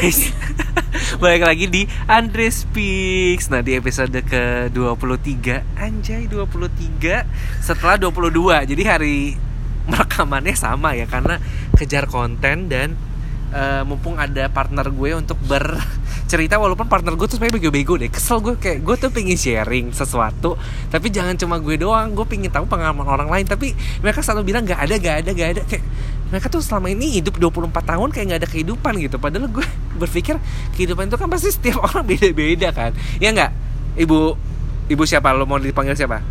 guys. Balik lagi di Andre Speaks. Nah, di episode ke-23. Anjay, 23 setelah 22. Jadi hari merekamannya sama ya, karena kejar konten dan mumpung ada partner gue untuk bercerita. Walaupun partner gue tuh sebenarnya bego-bego deh. Kesel gue, kayak gue tuh pengen sharing sesuatu, tapi jangan cuma gue doang. Gue pengen tahu pengalaman orang lain, tapi mereka selalu bilang gak ada. Kayak mereka tuh selama ini hidup 24 tahun kayak gak ada kehidupan gitu. Padahal gue berpikir kehidupan itu kan pasti setiap orang beda-beda kan. Ya gak? Ibu siapa? Lo mau dipanggil siapa?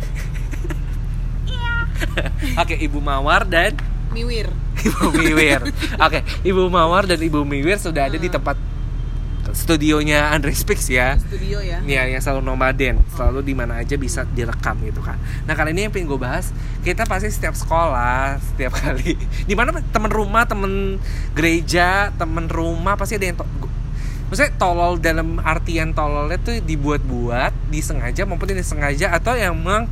Oke, Ibu Mawar dan Miwir. Ibu Miwir. Oke, Ibu Mawar dan Ibu Miwir sudah ada di tempat studionya Andre Speaks ya. Studio ya. Iya, yang selalu nomaden, selalu di mana aja bisa direkam gitu kan. Nah, kali ini yang pengen gue bahas, kita pasti setiap sekolah, setiap kali di mana teman rumah, teman gereja, teman rumah pasti ada yang maksudnya tolol dalam artian tololnya tuh dibuat-buat, disengaja maupun tidak disengaja, atau emang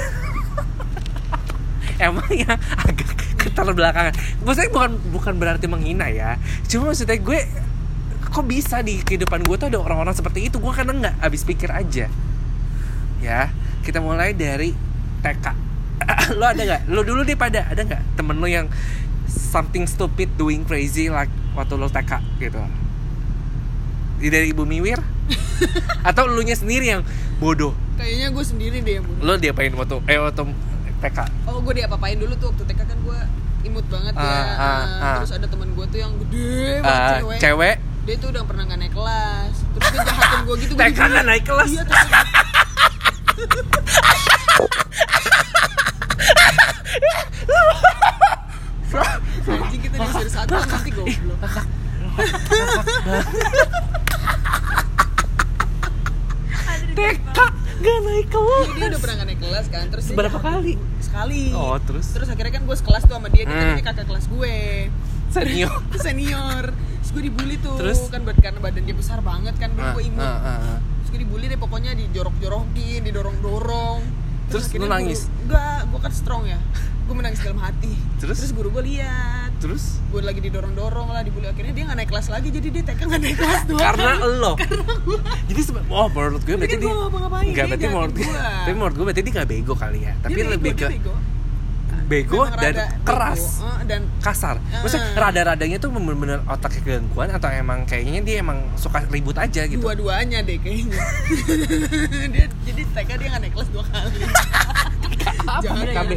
emang ya agak keterbelakangan. Maksudnya bukan berarti menghina ya. Cuma maksudnya gue, kok bisa di kehidupan gue tuh ada orang-orang seperti itu. Gue kadang nggak habis pikir aja. Ya, kita mulai dari TK. Lo ada nggak? Lo dulu deh ada nggak temen lo yang something stupid doing crazy like waktu lo TK gitu? Dari Ibu Miwir? Atau lo nya sendiri yang bodoh? Kayaknya gue sendiri deh yang bodoh. Lo diapain waktu TK? Oh, gue diapa-apain dulu tuh waktu TK kan gue imut banget ya. Terus ada temen gue tuh yang gede banget, cewek. Dia tuh udah pernah gak naik kelas. Terus dia jahatin gue gitu. TK gak naik kelas? Iya, anjing, kita disuruh satu nanti goblok. TK gak naik kelas? Dia udah pernah gak naik kelas kan. Terus berapa kali? Sekali. Oh, terus akhirnya kan gue sekelas tuh sama dia. Dia kakak kelas gue, senior. Terus gue dibully tuh. Terus? Kan karena badannya besar banget kan. Gue imut. Terus gue dibully deh, pokoknya dijorok-jorokin, didorong-dorong. Terus lu nangis? Enggak, gue kan strong ya. Gue menangis dalam hati. Terus guru gue lihat. Terus gue lagi didorong-dorong lah, dibully. Akhirnya dia gak naik kelas lagi. Jadi dia TK gak naik kelas 2 karena kali. lo? Karena gue. Jadi menurut gue berarti dia enggak, berarti menurut gue berarti dia gak bego kali ya. Tapi dia lebih ke bego dan keras dan kasar. Maksudnya rada-radanya tuh bener-bener otaknya gangguan, atau emang kayaknya dia emang suka ribut aja gitu? Dua-duanya deh kayaknya. Jadi TK dia gak naik kelas 2 kali. TKB.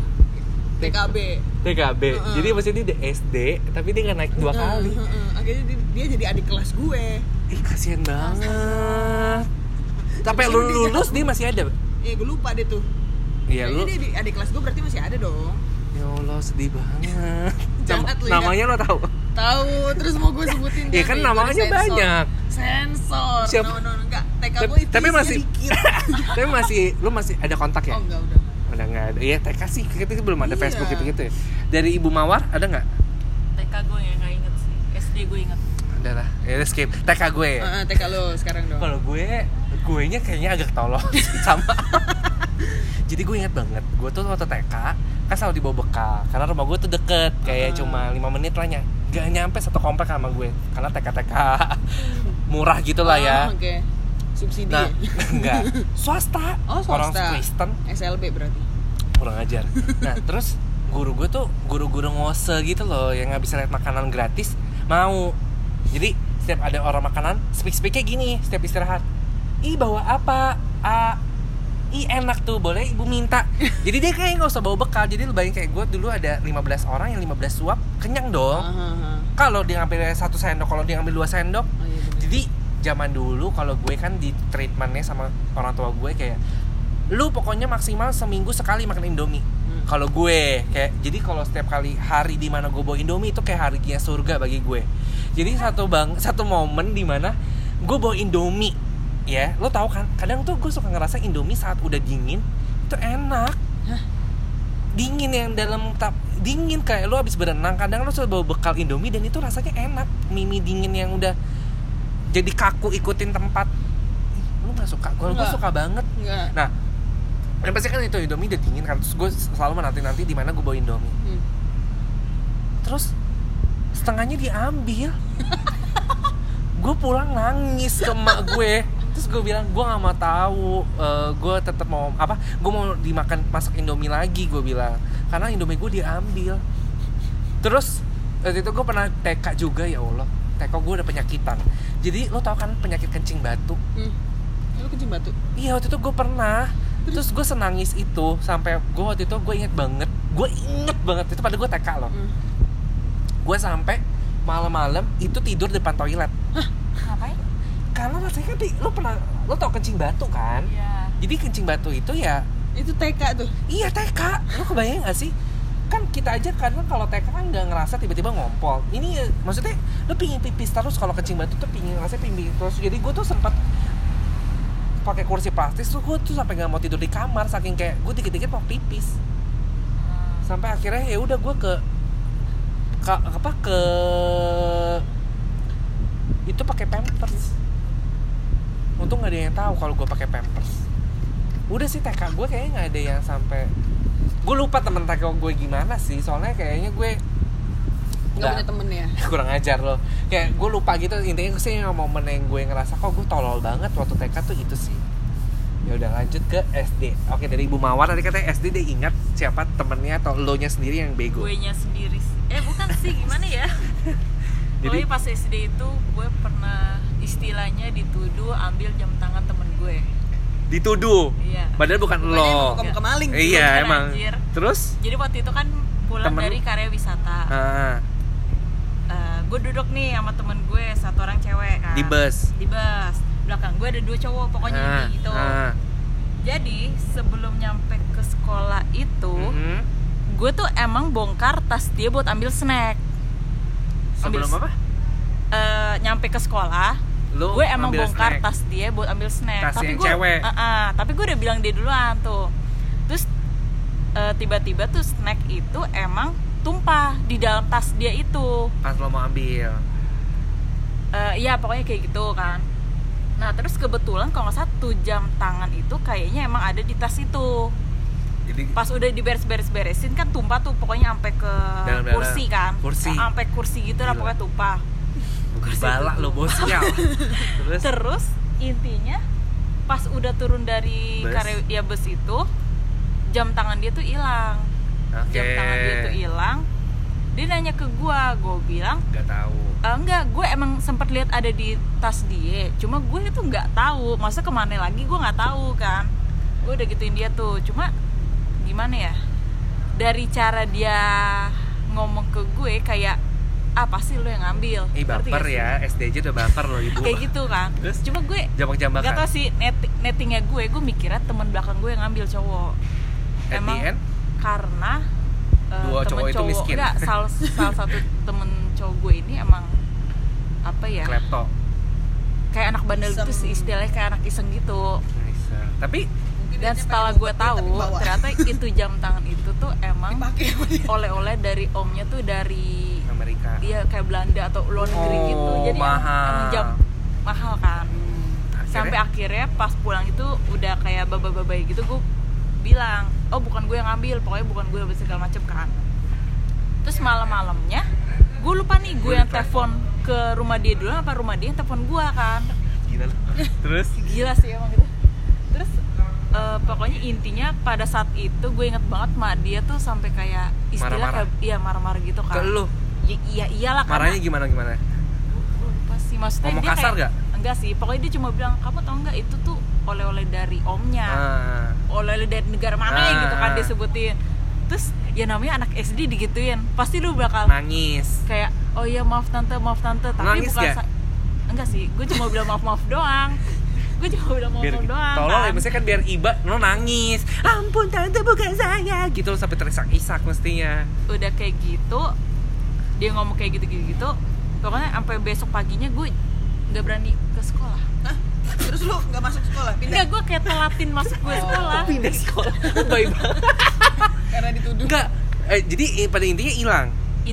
TKB. Jadi maksudnya dia di SD tapi dia gak naik 2 kali. Akhirnya dia jadi adik kelas gue. Ih, kasihan banget. Sampai lu lulus dia masih ada? Iya, gue lupa deh tuh. Iya, lu dia adik kelas gue berarti masih ada dong. Ya Allah, sedih banget. Jahat lu. Namanya lo tahu? Tahu, terus mau gue sebutin kan? Iya kan namanya banyak. Sensor. Siapa? No, enggak. TK gue itu tapi masih dikit. Tapi lu masih ada kontak ya? Oh, enggak, udah nggak ada. Iya, TK sih kita belum ada. Iya. Facebook gitu ya. Dari Ibu Mawar ada nggak? TK gue ya nggak inget sih. SD gue inget. Ada lah. Ya skip. TK gue. TK lo sekarang dong. Kalau gue nya kayaknya agak tolol sama. Jadi gue ingat banget, gue tuh waktu TK kan selalu dibawa bekal, karena rumah gue tuh deket, kayak cuma 5 menit lah, gak nyampe satu komplek sama gue, karena TK murah gitu lah ya. Okay. Subsidi. Nah, enggak, swasta. Orang Kristen. SLB berarti. Kurang ajar. Nah, terus guru gue tuh guru-guru ngose gitu loh, yang nggak bisa lihat makanan gratis mau. Jadi setiap ada orang makanan, speak-speaknya gini, setiap istirahat. Ih, bawa apa? Ih, enak tuh, boleh ibu minta. Jadi dia kayak gak usah bawa bekal. Jadi lu bayangin kayak gue dulu ada 15 orang, yang 15 suap kenyang dong. Kalau dia ngambil 1 sendok, kalau dia ngambil 2 sendok. Iya, jadi zaman dulu kalau gue kan di treatmentnya sama orang tua gue kayak, lu pokoknya maksimal seminggu sekali makan Indomie. Kalau gue kayak, jadi kalau setiap kali hari di mana gue bawa Indomie itu kayak harinya surga bagi gue. Jadi satu momen di mana gue bawa Indomie. Ya, lo tau kan, kadang tuh gue suka ngerasa Indomie saat udah dingin itu enak. Dingin yang dalam dingin kayak lo abis berenang, kadang lo suka bawa bekal Indomie dan itu rasanya enak. Mie dingin yang udah jadi kaku ikutin tempat. Lo gak suka? Gue suka banget. Enggak. Nah, yang pasti kan itu Indomie udah dingin kan, terus gue selalu menanti di mana gue bawa Indomie. Terus setengahnya diambil. gue pulang nangis ke emak gue. Terus gue bilang gue nggak mau tahu, gue tetap mau gue mau masak Indomie lagi, gue bilang, karena Indomie gue diambil. Terus waktu itu gue pernah TK juga, ya Allah, TK gue udah penyakitan. Jadi lo tau kan penyakit kencing batu? Lo kencing batu? Iya, waktu itu gue pernah. Terus gue senangis itu sampai gue waktu itu gue inget banget itu pada gue TK loh. Gue sampai malam-malam itu tidur depan toilet. Hah? Ngapain? Karena rasanya kan lo tau kencing batu kan? Iya. Jadi kencing batu itu ya itu TK tuh? Iya TK. Lo kebayang gak sih? Kan kita aja karena kalau TK kan nggak ngerasa tiba-tiba ngompol. Ini maksudnya lo pingin pipis terus, kalau kencing batu tuh rasanya pingin terus. Jadi gue tuh sempat pakai kursi plastik tuh, gue tuh sampai nggak mau tidur di kamar saking kayak gue dikit-dikit mau pipis. Sampai akhirnya ya udah gue ke itu pakai Pampers. Untung nggak ada yang tahu kalau gue pakai Pampers. Udah sih TK gue kayaknya nggak ada yang sampai. Gue lupa temen TK gue gimana sih, soalnya kayaknya gue nggak punya temen ya. Kurang ajar loh. Kayak gue lupa gitu. Intinya sih momen yang gue ngerasa kok gue tolol banget waktu TK tuh itu sih. Ya udah lanjut ke SD. Oke, dari Ibu Mawar tadi katanya SD dia ingat siapa temennya atau lo nya sendiri yang bego. Gue nya sendiri. Bukan sih, gimana ya? Jadi pas SD itu gue pernah istilahnya dituduh ambil jam tangan temen gue. Dituduh? Iya. Padahal bukan lo. Bukan maling. Iya emang. Anjir. Terus? Jadi waktu itu kan pulang dari karya wisata. Gue duduk nih sama temen gue, satu orang cewek kan. Di bus. Belakang gue ada 2 cowok pokoknya gitu. Jadi sebelum nyampe ke sekolah itu, gue tuh emang bongkar tas dia buat ambil snack. Sebelum apa? Nyampe ke sekolah, gue emang bongkar snack. Tas dia buat ambil snack. Tas tapi yang gue, cewek. Tapi gue udah bilang dia duluan tuh. Terus tiba-tiba tuh snack itu emang tumpah di dalam tas dia itu. Pas lo mau ambil. Iya pokoknya kayak gitu kan. Nah terus kebetulan kalau nggak salah tuh jam tangan itu kayaknya emang ada di tas itu. Jadi pas udah diberes-beresin kan tumpah tuh pokoknya sampai ke kursi kan. Sampai kursi gitu lah pokoknya tumpah. Balak lo bosnya. Terus intinya pas udah turun dari bus itu, jam tangan dia tuh hilang. Jam tangan dia tuh hilang. Dia nanya ke gue bilang nggak tahu. Enggak, gue emang sempat lihat ada di tas dia. Cuma gue itu nggak tahu, masa kemana lagi gue nggak tahu kan. Gue udah gituin dia tuh. Cuma gimana ya? Dari cara dia ngomong ke gue kayak apa sih lo yang ngambil? Baper ya, SD aja udah baper lo ibu. Kayak gitu kan. Terus, cuma gue jambak-jambakan. Gak tau sih nettingnya gue mikirnya teman belakang gue yang ngambil cowok. Emang karena dua cowok itu miskin. Enggak, salah satu temen cowok gue ini emang apa ya? Klepto. Kayak anak bandel gitu sih, istilahnya kayak anak iseng gitu. Tapi dan setelah gue tahu ternyata itu jam tangan itu tuh emang oleh-oleh dari omnya tuh dari Amerika. Iya kayak Belanda atau luar negeri gitu. Jadi emang jam mahal kan. Sampai akhirnya pas pulang itu udah kayak baba-babai gitu, gue bilang, oh bukan gue yang ngambil, pokoknya bukan gue segala macem kan. Terus malam-malamnya gue lupa nih gue yang telepon ke rumah dia dulu apa rumah dia yang telepon gue kan. Gila loh. Terus? Gila sih emang gitu. Terus pokoknya intinya pada saat itu gue inget banget mak dia tuh sampai kayak istilah marah-marah. Kayak iya marah-marah gitu kan. Ke lu? Iyalah kan. Marahnya gimana? Gue lupa sih, maksudnya ngomong dia kasar kayak, gak? Enggak sih, pokoknya dia cuma bilang kamu tau nggak itu tuh oleh-oleh dari omnya, oleh-oleh dari negara mana ya gitu kan dia sebutin. Terus ya namanya anak SD digituin, pasti lu bakal nangis. Kayak oh iya maaf tante, tapi nangis bukan enggak sih, gue cuma bilang maaf doang. Tolong ya, maksudnya kan biar iba lo nangis. Ampun tante bukan saya. Gitu lo sampai terisak-isak mestinya. Udah kayak gitu, dia ngomong kayak gitu. Pokoknya sampai besok paginya gue nggak berani ke sekolah. Hah? Terus lu nggak masuk sekolah? Pindah? Enggak, gue kayak telatin masuk gue sekolah. Pindah sekolah. Baik banget. Karena dituduh. Enggak. Jadi pada intinya hilang.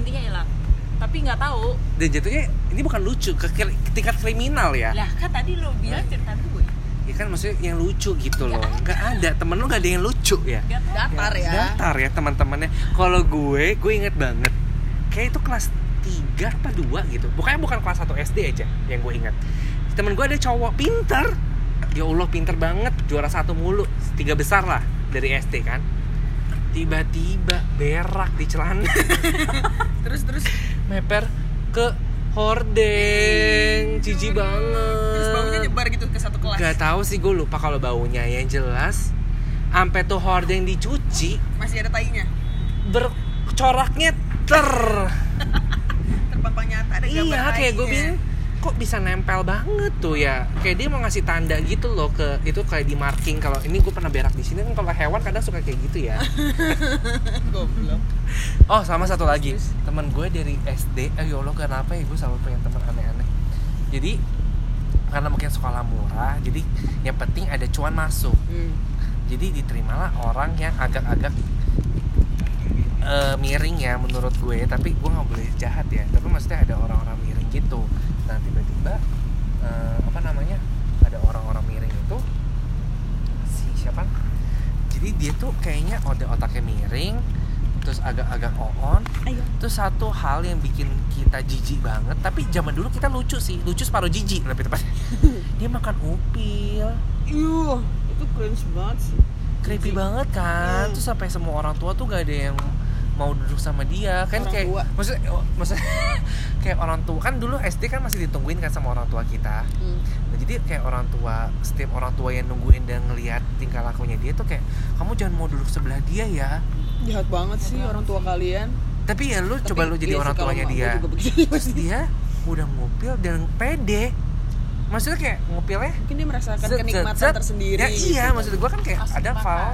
Tapi nggak tahu. Dan jatuhnya ini bukan lucu, ke tingkat kriminal ya. Lah kan tadi lo bilang cerita gue. Ya kan maksudnya yang lucu gitu loh. Enggak ada. Temen lo enggak ada yang lucu ya. Datar ya. Datar ya teman-temannya. Kalau gue inget banget. Kayak itu kelas 3 apa 2 gitu. Bukan kelas 1 SD aja yang gue ingat. Temen gue ada cowok pinter, ya Allah pinter banget, juara 1 mulu, 3 besar lah dari SD kan. Tiba-tiba berak di celana. terus meper ke hordeng, jijik banget. Terus baunya nyebar gitu ke satu kelas. Gak tahu sih, gue lupa kalau baunya. Yang jelas sampai tuh hordeng dicuci masih ada tainya. Bercoraknya terpampang nyata ada gambar. Iya, kayak gue bilang kok bisa nempel banget tuh ya. Kayak dia mau ngasih tanda gitu loh ke itu, kayak di marking kalau ini gue pernah berak di sini kan. Kalau hewan kadang suka kayak gitu ya. Goblok. Oh, sama satu lagi. Teman gue dari SD, ya Allah kenapa ya gue selalu punya teman aneh-aneh. Jadi karena mungkin sekolah murah, jadi yang penting ada cuan masuk. Jadi diterimalah orang yang agak-agak miring ya menurut gue, tapi gue nggak boleh jahat ya, tapi maksudnya ada orang-orang miring gitu. Nah tiba-tiba ada orang-orang miring itu si siapa, jadi dia tuh kayaknya otaknya miring, terus agak-agak on. Terus satu hal yang bikin kita jijik banget, tapi zaman dulu kita lucu separuh jijik lebih tepatnya. Dia makan upil. Itu cringe banget sih, creepy banget kan. Terus sampai semua orang tua tuh gak ada yang mau duduk sama dia kan, orang kayak tua. maksudnya kayak orang tua kan dulu SD kan masih ditungguin kan sama orang tua kita. Nah, jadi kayak orang tua, setiap orang tua yang nungguin dan ngelihat tingkah lakunya dia tuh kayak, kamu jangan mau duduk sebelah dia ya. Jahat banget sih orang tua kalian. Tapi ya lu coba lu jadi orang tuanya dia. Terus dia udah ngupil dan pede. Maksudnya kayak ngupilnya mungkin dia merasakan kenikmatan tersendiri. Ya iya, gitu. maksud gue kan kayak ada val.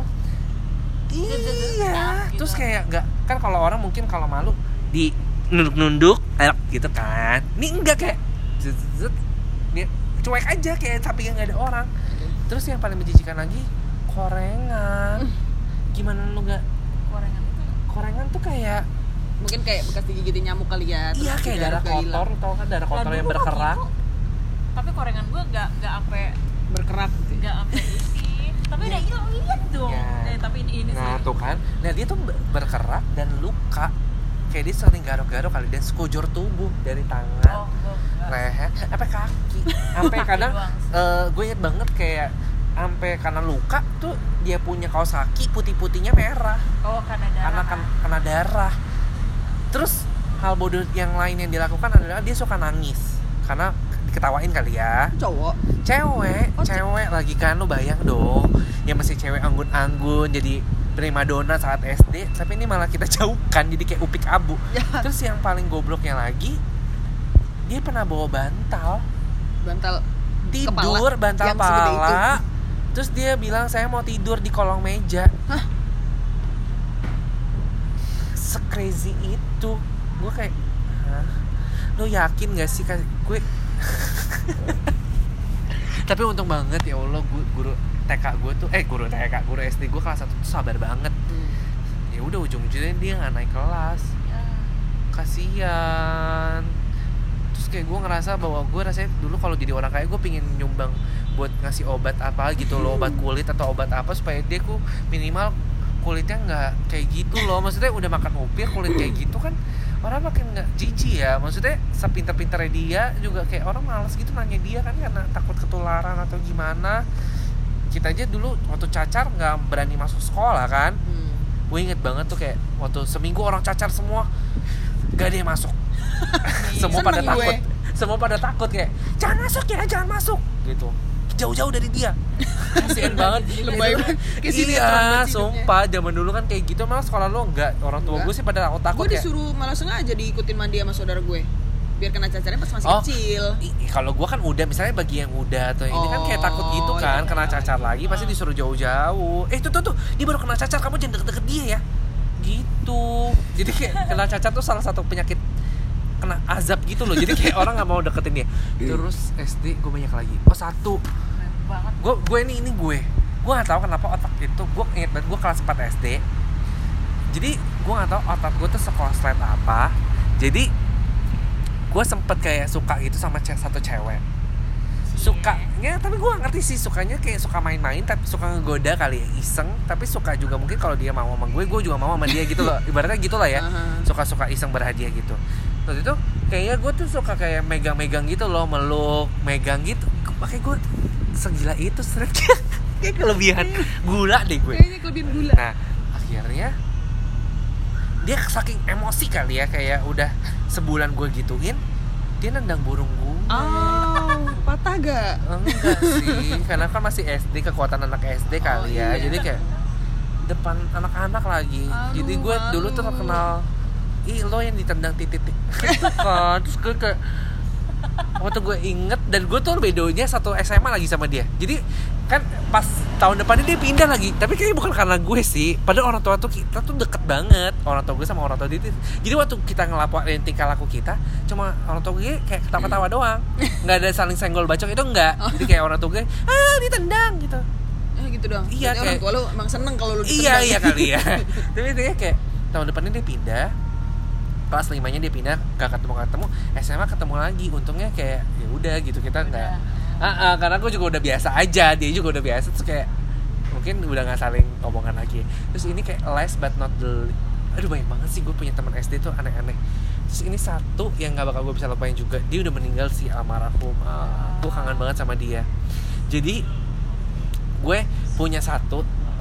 Iya. Terus kayak enggak kan, kalau orang mungkin kalau malu di nunduk-nunduk gitu kan. Ini enggak, kayak dia cuek aja kayak tapi enggak ada orang. Terus yang paling menjijikan lagi, korengan. Gimana lu enggak korengan tuh kayak mungkin kayak bekas digigitin nyamuk kali ya. Iya, kayak darah kotor, tau kan darah kotor yang berkerak. Tapi korengan gue nggak sampai berkerak gitu. Nggak sampai isi, tapi udah hilang lihat dong. Ya. Tapi ini Nah sih. tuh kan, nah dia tuh berkerak dan luka. Kayak dia sering garuk-garuk kali, dan sekujur tubuh dari tangan, leher, sampai kaki. Sampai kadang gue inget banget kayak sampai karena luka tuh dia punya kaos kaki putih-putihnya merah. Karena darah. Kena darah. Terus hal bodoh yang lain yang dilakukan adalah dia suka nangis karena diketawain kali ya. Cewek lagi kan, lu bayang dong, yang masih cewek anggun-anggun jadi primadona saat SD, tapi ini malah kita jauhkan jadi kayak upik abu. Terus yang paling gobloknya lagi, dia pernah bawa bantal tidur, bantal pala. Terus dia bilang saya mau tidur di kolong meja. Se-crazy itu. Gue kayak, lo yakin gak sih gue? Tapi untung banget ya Allah, guru TK gue tuh guru SD gue kelas 1 tuh sabar banget. Ya udah ujung-ujungnya dia nggak naik kelas. Kasian. Terus kayak gue ngerasa bahwa gue rasanya dulu kalau jadi orang kaya gue pingin nyumbang buat ngasih obat apa gitu loh, obat kulit atau obat apa supaya dia minimal kulitnya nggak kayak gitu loh. Maksudnya udah makan upir kulit kayak gitu kan orang makin nggak jijik ya. Maksudnya sepinter-pinternya dia juga kayak orang malas gitu nanya dia kan, karena takut ketularan atau gimana. Kita aja dulu waktu cacar nggak berani masuk sekolah kan. Gue inget banget tuh kayak waktu seminggu orang cacar semua gak ada yang masuk. Semua pada takut kayak jangan masuk gitu, jauh-jauh dari dia. Kasian banget. Lebay banget. Iya, sumpah zaman dulu kan kayak gitu. Malah sekolah lo enggak, orang tua gue sih pada takut ya. Gue ya. disuruh malah sengaja diikutin mandi sama saudara gue biar kena cacarnya pas masih kecil. Kalau gue kan udah, misalnya bagi yang udah atau ini kan kayak takut gitu kan, kena cacar lagi pasti disuruh jauh-jauh. Tuh dia baru kena cacar, kamu jangan deket-deket dia ya gitu. Jadi kayak kena cacar tuh salah satu penyakit kena azab gitu loh. Jadi kayak orang nggak mau deketin dia. Terus SD gue banyak lagi. Satu gue ini gue nggak tahu kenapa otak itu, gue inget banget gue kelas 4 SD. Jadi gue nggak tahu otak gue tuh sekolah slide apa. Jadi gue sempet kayak suka gitu sama satu cewek. Sukanya, tapi gue gak ngerti sih, sukanya kayak suka main-main, tapi suka ngegoda kali ya, iseng. Tapi suka juga mungkin kalau dia mau sama gue juga mau sama dia gitu loh. Ibaratnya gitu lah ya, suka-suka iseng berhadiah gitu. Waktu itu kayaknya gue tuh suka kayak megang-megang gitu loh, meluk, megang gitu. Makanya gue segila itu stresnya. Kayak kelebihan gula deh gue. Kayaknya kelebihan gula. Nah akhirnya dia saking emosi kali ya, kayak udah sebulan gue gituin, dia nendang burung gue. Patah gak? Enggak sih, karena kan masih SD, kekuatan anak SD kali ya. Jadi kayak depan anak-anak lagi. Jadi gue dulu tuh terkenal, lo yang ditendang titik kan. Terus gue kayak waktu gue inget, dan gue tuh bedonya satu SMA lagi sama dia. Jadi kan pas tahun depannya dia pindah lagi, tapi kayaknya bukan karena gue sih. Padahal orang tua tuh kita tuh deket banget, orang tua gue sama orang tua dia. Jadi waktu kita ngelaporin tingkah laku kita, cuma orang tua gue kayak ketawa-tawa doang, nggak ada saling senggol bacok itu enggak. Jadi kayak orang tua gue ditendang gitu. Gitu doang. Iya, kayak orang tua lu emang seneng kalau lu ditendang. Iya kali ya. Tapi dia kayak tahun depannya dia pindah, kelas 5-nya dia pindah, gak ketemu, SMA ketemu lagi. Untungnya kayak ya udah gitu, kita nggak karena aku juga udah biasa aja, dia juga udah biasa, terus kayak mungkin udah nggak saling omongan lagi. Terus ini kayak last but not the, aduh banyak banget sih gue punya teman SD tuh aneh-aneh. Terus ini satu yang nggak bakal gue bisa lupain juga, dia udah meninggal si almarhum. Gue kangen banget sama dia. Jadi gue punya satu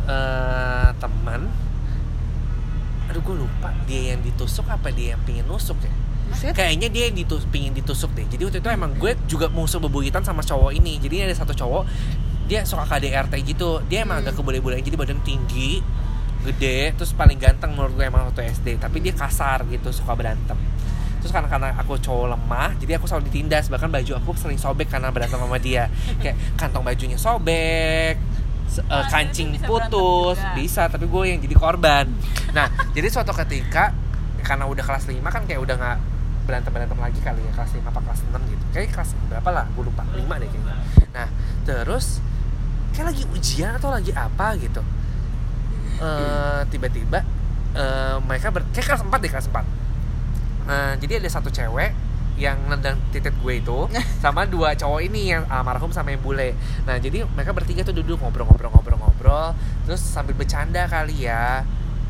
teman, aduh gue lupa dia yang ditusuk apa dia yang pingin nusuk ya. Kayaknya dia yang pingin ditusuk deh. Jadi waktu itu emang gue juga musuh bebuyutan sama cowok ini. Jadi ada satu cowok, dia suka KDRT gitu. Dia emang agak kebule-bule, jadi badan tinggi, gede, terus paling ganteng menurut gue emang waktu SD. Tapi dia kasar gitu, suka berantem. Terus karena aku cowok lemah, jadi aku selalu ditindas. Bahkan baju aku sering sobek karena berantem sama dia. Kayak kantong bajunya sobek, kancing putus, bisa, tapi gue yang jadi korban. Nah, jadi suatu ketika karena udah kelas 5 kan kayak udah gak berantem lagi kali ya, kelas 5 apa kelas 6 gitu. Kayak kelas berapa lah, gue lupa, 5 deh kayaknya. Nah, terus kayak lagi ujian atau lagi apa gitu. Tiba-tiba mereka kayak kelas 4 deh, kelas 4. Jadi ada satu cewek yang nendang titik gue itu sama dua cowok ini yang almarhum sama yang bule. Nah jadi mereka bertiga tuh duduk ngobrol, terus sambil bercanda kali ya,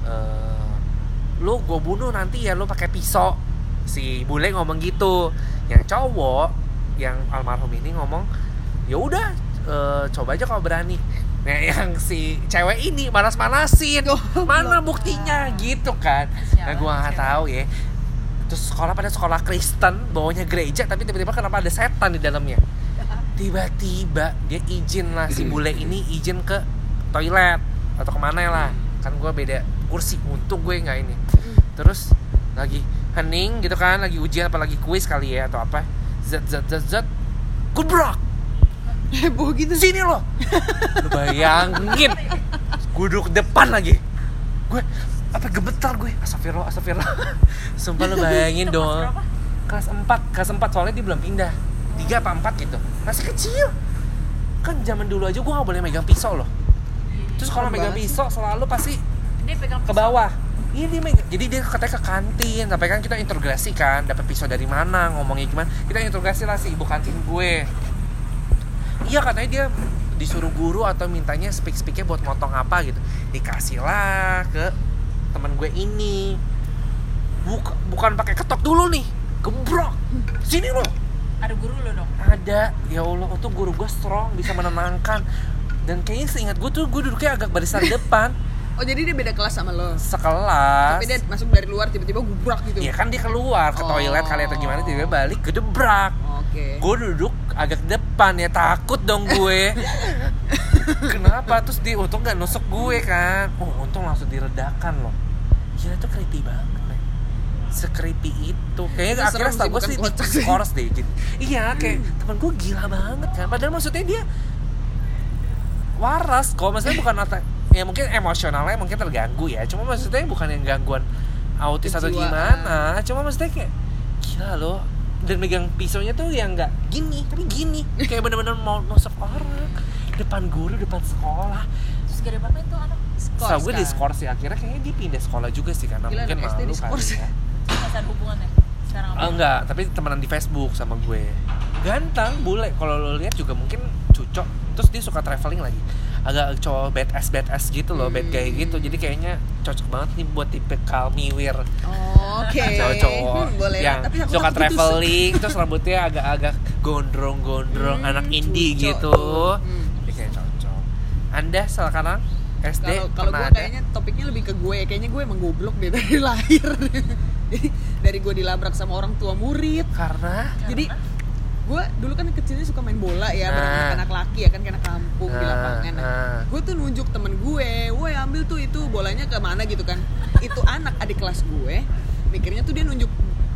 lu gue bunuh nanti ya, lu pakai pisau. Si bule ngomong gitu. Yang cowok yang almarhum ini ngomong, ya udah coba aja kalau berani. Nah yang si cewek ini manas-manasin, mana buktinya gitu kan. Nah gue nggak tahu ya. Terus pada sekolah Kristen, bawahnya gereja, tapi tiba-tiba kenapa ada setan di dalamnya? Tiba-tiba dia izin lah, si bule ini izin ke toilet atau kemana lah, kan gue beda kursi, untung gue nggak ini. Terus lagi hening gitu kan, lagi ujian apa lagi kuis kali ya atau apa, zat gubrak, heboh gitu. Sini lo, lu bayangin, gue duduk depan lagi, gue apa gemetar gue, astagfirullah. Sumpah lu bayangin dong. Kelas 4 soalnya dia belum pindah. 3 apa 4 gitu. Masih kecil. Kan zaman dulu aja gue gak boleh megang pisau loh. Terus kalau megang pisau selalu pasti dia pegang ke bawah. Iya dia megang. Jadi dia katanya ke kantin. Sampai kan kita interogasi kan, dapat pisau dari mana, ngomongnya gimana. Kita interogasi lah si ibu kantin gue. Iya katanya dia disuruh guru atau mintanya speak-speaknya buat motong apa gitu. Dikasih lah ke teman gue ini. Bukan pakai ketok dulu nih, gebrok. Sini lo. Ada guru lo dong? Ada. Ya Allah, itu guru gue strong, bisa menenangkan. Dan kayaknya seingat gue tuh, gue duduknya agak barisan depan. Oh jadi dia beda kelas sama lo? Sekelas. Tapi dia masuk dari luar tiba-tiba gubrak gitu? Iya kan dia keluar ke toilet kali atau gimana, tiba-tiba balik gedebrak. Oke. Gue duduk agak depan ya, takut dong gue. Kenapa? Terus dia untung gak nusuk gue kan. Untung langsung diredakan loh. Gila itu creepy banget. Se-creepy itu. Kayaknya akhirnya setahu gue sih diskors deh gitu. Iya kayak temen gue gila banget kan. Padahal maksudnya dia waras kok. Maksudnya bukan ya mungkin emosionalnya mungkin terganggu ya. Cuma maksudnya bukan yang gangguan autis atau gimana. Cuma maksudnya kayak gila loh. Dan megang pisaunya tuh yang gak gini, tapi gini. Kayak bener-bener mau nusuk orang. Depan guru, depan sekolah. Terus gede banget tuh anak. Setelah gue diskors sih. Akhirnya kayaknya dia pindah sekolah juga sih. Karena gila, mungkin malu kali ya. Pasan hubungannya sekarang apa? Enggak, tapi temenan di Facebook sama gue. Ganteng, bule. Kalau lo lihat juga mungkin cucok. Terus dia suka traveling lagi. agak cowok badass gitu loh, bad guy gitu. Jadi kayaknya cocok banget nih buat tipikal miwir. Oke. Cowok-cowok yang suka traveling, terus rambutnya agak-agak gondrong-gondrong, anak indie gitu. Jadi kayak cocok. Anda sekarang SD kalau gue kayaknya topiknya lebih ke gue, kayaknya gue emang goblok deh dari lahir. Jadi dari gue dilabrak sama orang tua murid. Karena gue dulu kan kecilnya suka main bola ya, bareng anak laki ya kan, kayak anak kampung di lapangan. Gue tuh nunjuk temen gue, woi ambil tuh itu bolanya ke mana gitu kan. Itu anak adik kelas gue, mikirnya tuh dia nunjuk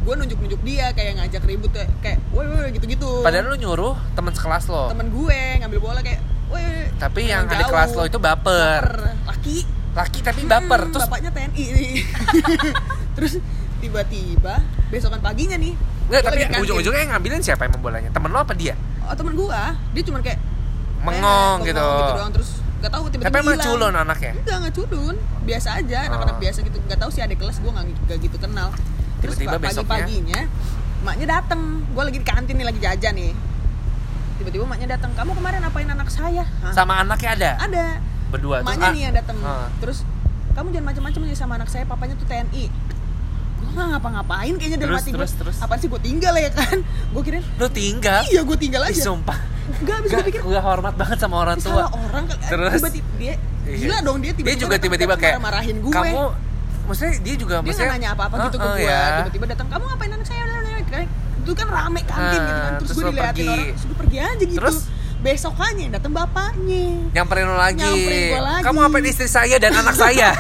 dia, kayak ngajak ribut kayak woi gitu-gitu. Padahal lu nyuruh teman sekelas lo. Temen gue ngambil bola kayak woi. Tapi yang adik kelas lo itu baper. Laki tapi baper. Terus bapaknya TNI nih. Terus tiba-tiba besokan paginya nih. Nggak, tapi ujung-ujungnya yang ngambilin siapa emang bolanya? Temen lo apa dia? Oh, temen gua. Dia cuma kayak mengong gitu doang, terus gak tahu tiba-tiba tapi emang hilang. culun anaknya? Enggak culun. Biasa aja, anak-anak biasa gitu. Gak tahu sih adik kelas gua gak gitu kenal. Terus tiba-tiba pagi-paginya emaknya dateng. Gua lagi di kantin nih, lagi jajan nih. Tiba-tiba emaknya datang. "Kamu kemarin apain anak saya?" Sama anaknya ada? Ada. Berdua. Emaknya nih yang datang. Terus, "Kamu jangan macam-macam nih sama anak saya, papanya tuh TNI." Gue gak ngapa-ngapain kayaknya dalam hati gue. Apaan sih gue tinggal ya kan? Gue kirain lu tinggal? Iya gue tinggal aja. Sumpah. Gak bisa pikir. Gue hormat banget sama orang tua. Salah orang kan. Terus tiba-tiba dia gila dong, dia tiba-tiba juga tiba-tiba kayak marahin gue. Kamu maksudnya dia juga dia gak nanya apa-apa gitu ke gue. Tiba-tiba datang, "Kamu ngapain anak saya?" Itu kan rame kantin gitu kan. Terus gue diliatin orang, terus gue pergi aja gitu. Terus besokannya datang bapaknya. Nyamperin lo lagi. Nyamperin gue lagi. "Kamu ngapain istri saya dan anak saya?"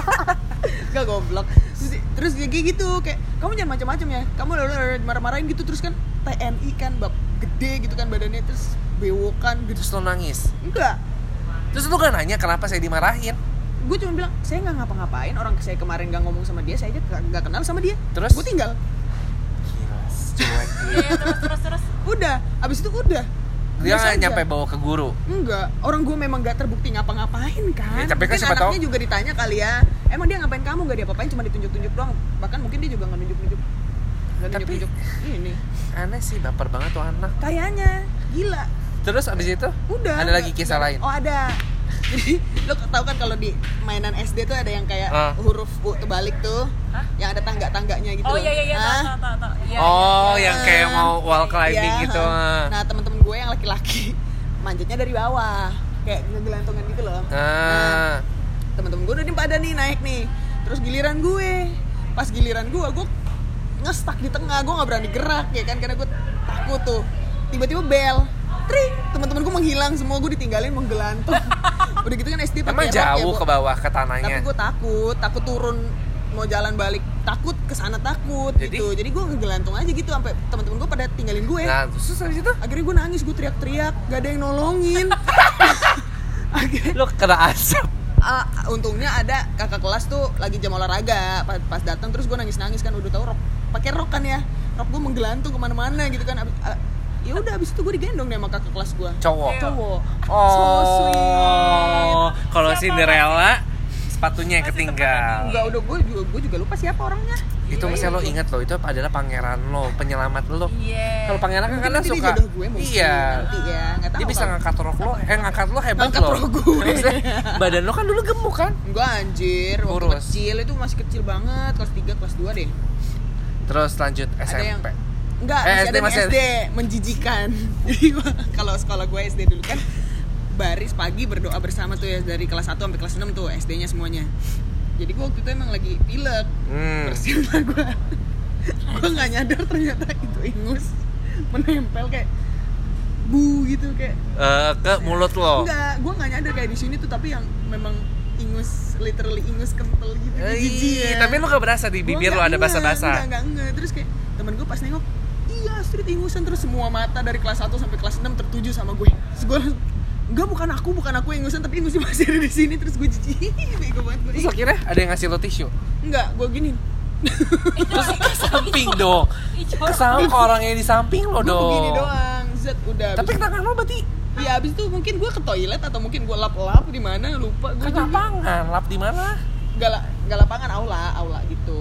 Gak goblok. Terus dia kayak gitu, kayak "Kamu jangan macam-macam ya, kamu marah-marahin gitu." Terus kan TNI kan gede gitu kan badannya, terus bewokan gitu. Terus lo nangis? Enggak. Terus lo gak nanya kenapa saya dimarahin? Gue cuma bilang, "Saya gak ngapa-ngapain, orang saya kemarin gak ngomong sama dia, saya aja gak kenal sama dia." Terus? Gue tinggal. Gila, cuek. Terus Udah, abis itu udah. Dia gak nyampe bawa ke guru? Enggak, orang gue memang gak terbukti ngapa-ngapain kan. Tapi kan siapa anaknya juga ditanya kali ya, "Emang dia ngapain kamu?" Gak diapa-apain, cuma ditunjuk-tunjuk doang. Bahkan mungkin dia juga gak nunjuk-nunjuk. Tapi ini aneh sih, baper banget tuh anak. Kayaknya, gila. Terus abis itu? Udah. Ada lagi kisah lain? Oh ada. Jadi lo tau kan kalau di mainan SD tuh ada yang kayak huruf U terbalik tuh. Hah? Yang ada tangga-tangganya gitu. Oh iya tahu. Oh, yang kayak mau wall climbing gitu. Nah, temen-temen gue yang laki-laki manjatnya dari bawah, kayak ngegelantungan gitu loh. Nah, temen-temen gue udah pada nih naik nih. Terus giliran gue. Pas giliran gue nge-stuck di tengah, gue nggak berani gerak ya kan, karena gue takut tuh. Tiba-tiba bel, tring, teman-teman gue menghilang semua, gue ditinggalin menggelantung. Udah gitu kan SD pakai rok. Emang jauh ya, ke bawah ke tanahnya. Tapi gue takut turun mau jalan balik, takut kesana takut. Gitu. Jadi gue ngegelantung aja gitu sampai teman-teman gue pada tinggalin gue. Nah, terus habis itu akhirnya gue nangis, gue teriak-teriak, gak ada yang nolongin. Akhirnya lo kena asap. Untungnya ada kakak kelas tuh lagi jam olahraga, pas datang terus gue nangis kan, udah tahu rok pakai rok kan ya, rok gue menggelantung kemana-mana gitu kan. Ya udah abis itu gue digendong deh sama kakak kelas gue. Cowok. Oh, so sweet. Kalau Cinderella sepatunya yang ketinggal. Enggak, udah gue juga lupa siapa orangnya. Itu mesti lo inget lo, itu adalah pangeran lo, penyelamat lo. Iya. Kalau pangeran kan kadang suka. Iya. Nanti ya, nggak tahu. Dia bisa ngangkat rok lo, ngangkat lo hebat ngangkat lo. Ngangkat rok gue. Badan lo kan dulu gemuk kan? Enggak anjir, waktu kecil itu masih kecil banget, kelas 3, kelas 2 deh. Terus lanjut SMP. Enggak, masih ada SD menjijikan. Jadi kalau sekolah gue SD dulu kan baris pagi berdoa bersama tuh ya, dari kelas 1 sampai kelas 6 tuh SD-nya semuanya. Jadi gue waktu itu emang lagi pilek, bersin lah gue. Gue nggak nyadar ternyata itu ingus menempel kayak bu gitu kayak ke mulut lo. Enggak, gue nggak nyadar kayak di sini tuh, tapi yang memang ingus, literally ingus kental gitu. Jijik ya. Tapi lo gak berasa di bibir lo ada basa-basa? Enggak. Terus kayak temen gue pas nengok, iya Astrid ingusan, terus semua mata dari kelas 1 sampai kelas 6 tertuju sama gue. Terus gue langsung, enggak, bukan aku ingusan, tapi ingusnya masih ada di sini. Terus gue jijik, bego banget gue. Terus akhirnya ada yang ngasih lo tisu? Enggak, gue gini. Terus ke samping dong. Ke orang yang di samping lo dong. Gue begini doang, zet udah. Tapi tangan lo berarti? Ya abis itu mungkin gue ke toilet atau mungkin gue lap-lap di mana lupa. Gue lapangan, lap di mana? Enggak lapangan, aula gitu. Ih,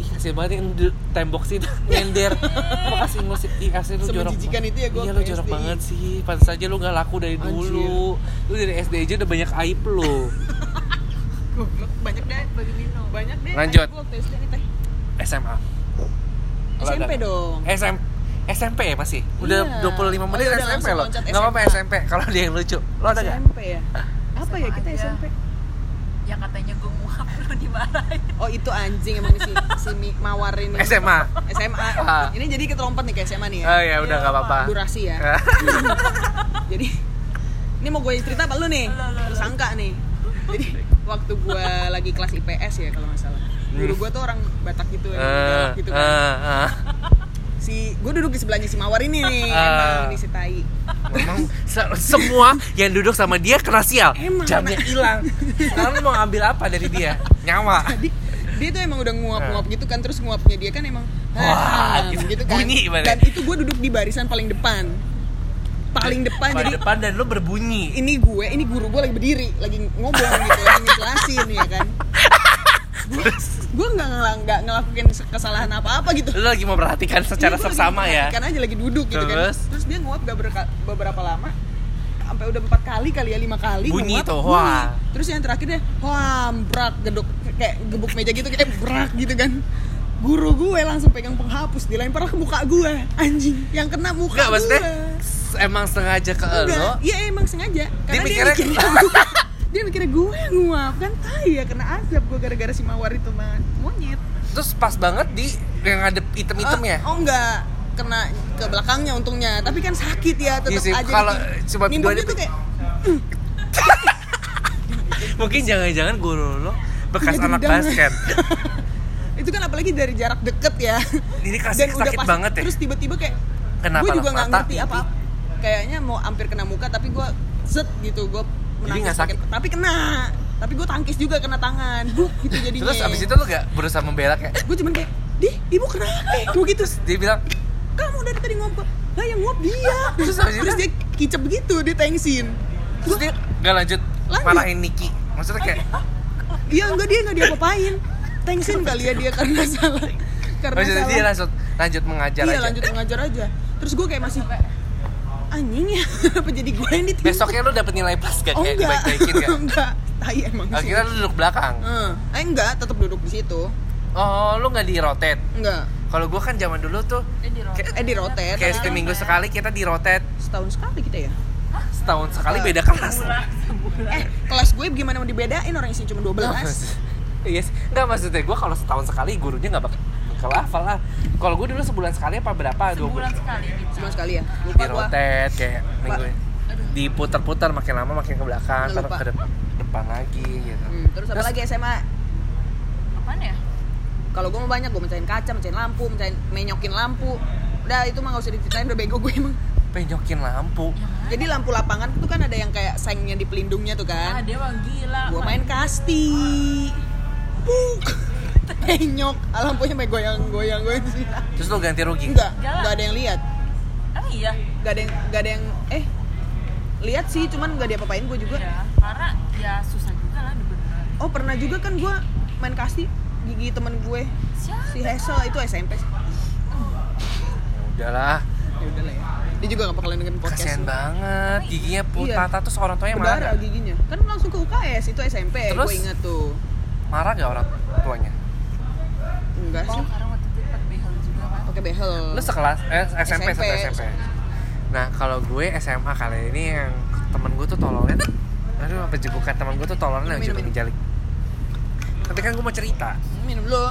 kasian banget yang tembok sih nyender. Mau kasih musik asli lu jorok. Semenjijikan itu ya gue. Iya lu jorok banget sih. Pantes aja lu gak laku dari dulu. Lu dari SD aja udah banyak aib lu. Banyak deh bagi minum. Banyak deh. Lanjut. SMA. SMP dong. SMP ya masih? Udah 25 menit SMP loh. Gak apa-apa SMP kalau dia yang lucu. Lo ada gak? SMP ya? Apa ya kita SMP? Yang katanya gue nguap lu dimarahin. Oh itu anjing emang si Mawar ini. SMA. Ini jadi kita lompat nih ke SMA nih ya. Oh ya udah gak apa-apa. Durasi ya. Jadi ini mau gue cerita apa lu nih? Tersangka nih. Jadi waktu gue lagi kelas IPS ya kalau nggak salah. Guru gue tuh orang Batak gitu ya, gitu kan. Gue duduk di sebelahnya si Mawar ini nih, emang ini si Tai. Memang semua yang duduk sama dia kena sial. Jamnya hilang. Sekarang lu mau ngambil apa dari dia? Nyawa. Jadi dia tuh emang udah nguap-nguap gitu kan, terus nguapnya dia kan emang gitu kan. Bunyi banget. Dan itu gue duduk di barisan paling depan. Paling depan dan lu berbunyi. Ini guru gue lagi berdiri, lagi ngobrol gitu, lagi ngejelasin ya kan. Gue nggak ngelakuin kesalahan apa-apa gitu. Lu lagi memperhatikan secara seksama ya. Kan aja lagi duduk gitu kan. Terus dia nguap beberapa lama. Sampai udah 4 kali ya 5 kali bunyi nguap, tuh. Wah. Terus yang terakhir dia brak geduk kayak gebuk meja gitu kayak brak gitu kan. Guru gue langsung pegang penghapus dilempar ke muka gue. Anjing, yang kena muka gue. Maksudnya emang sengaja ke lo? Iya emang sengaja. Karena dia mikirnya gue yang nguap kan, ya kena azab gue gara-gara si Mawar itu monyet. Terus pas banget di yang ada item-item ya? Oh enggak, kena ke belakangnya untungnya, tapi kan sakit ya tetap aja. Kalau cuma nimbuknya tuh kayak mungkin jangan-jangan guru lo bekas anak basket. Itu kan apalagi dari jarak deket ya. Ini kasih sakit banget ya. Terus tiba-tiba kayak kenapa gue juga nggak ngerti apa. Kayaknya mau hampir kena muka tapi gue set gitu, gue jadi nggak sakit. Tapi kena. Tapi gue tangkis juga kena tangan. Gitu jadinya. Terus abis itu lo gak berusaha membela kayak? Gue cuman kayak, ibu kenapa? Gue gitu. Dia bilang, kamu dari tadi nguap. Lah yang nguap dia. Terus dia kicep begitu, dia tengsin. Terus dia gak lanjut marahin Niki. Maksudnya kayak? Iya enggak, dia gak diapa-apain. Tengsin kali ya dia karena salah. Maksudnya dia lanjut mengajar aja. Iya lanjut mengajar aja. Terus gue kayak masih anjing ya, apa jadi gue yang ditimpa? Besoknya lu dapet nilai plus gak? Kayak dibaik-baikin gak? Enggak, tai emang. Akhirnya lu duduk belakang? Enggak, tetap duduk di situ. Oh, lu gak di-rotate? Enggak. Kalau gue kan zaman dulu tuh di-rotate. Kayak setiap minggu sekali kita di-rotate. Setahun sekali kita ya? Setahun sekali beda kelas. Kelas gue gimana mau dibedain, orang isinya cuma 12. Yes. Enggak, maksudnya gue kalau setahun sekali gurunya gak bakal hafal lah. Kalau gue dulu sebulan sekali apa berapa? Sebulan sekali. Sebulan sekali ya? Lupa di rotate kayak minggu diputar-putar makin lama makin ke belakang, terus ke depan lagi gitu. Terus apa lagi SMA? Apaan ya? Kalau gue mau banyak, gue mecahin kaca, mecahin lampu, menyokin lampu. Udah itu mah gak usah diceritain, udah bego gue emang. Penyokin lampu. Jadi lampu lapangan itu kan ada yang kayak sengnya di pelindungnya tuh kan. Dia mah gila. Gue main kasti. Penyok, lampunya main goyang-goyang sih. Terus lo ganti rugi? Enggak ada yang lihat. Emang iya? Gak ada yang lihat sih, cuman gak diapa-apain gue juga. Ya, karena ya susah juga lah beneran. Oh pernah juga kan gue main kasti gigi temen gue. Siapa? Si Hazel itu SMP. Udahlah ya. Dia juga gak bakalan dengerin podcast. Kasian banget, giginya putata. Terus orang tuanya marah giginya. Kan langsung ke UKS, itu SMP. Gue inget tuh. Marah gak orang tuanya? Enggak sih. Karena waktu itu pakai behel juga kan. Pakai behel. Lu sekelas SMP. Nah, kalau gue SMA kali ini yang temen gue tuh tololnya. Aduh, apa jebukan temen gue tuh tololnya lanjutin jalik. Tapi kan gue mau cerita. Minum dulu.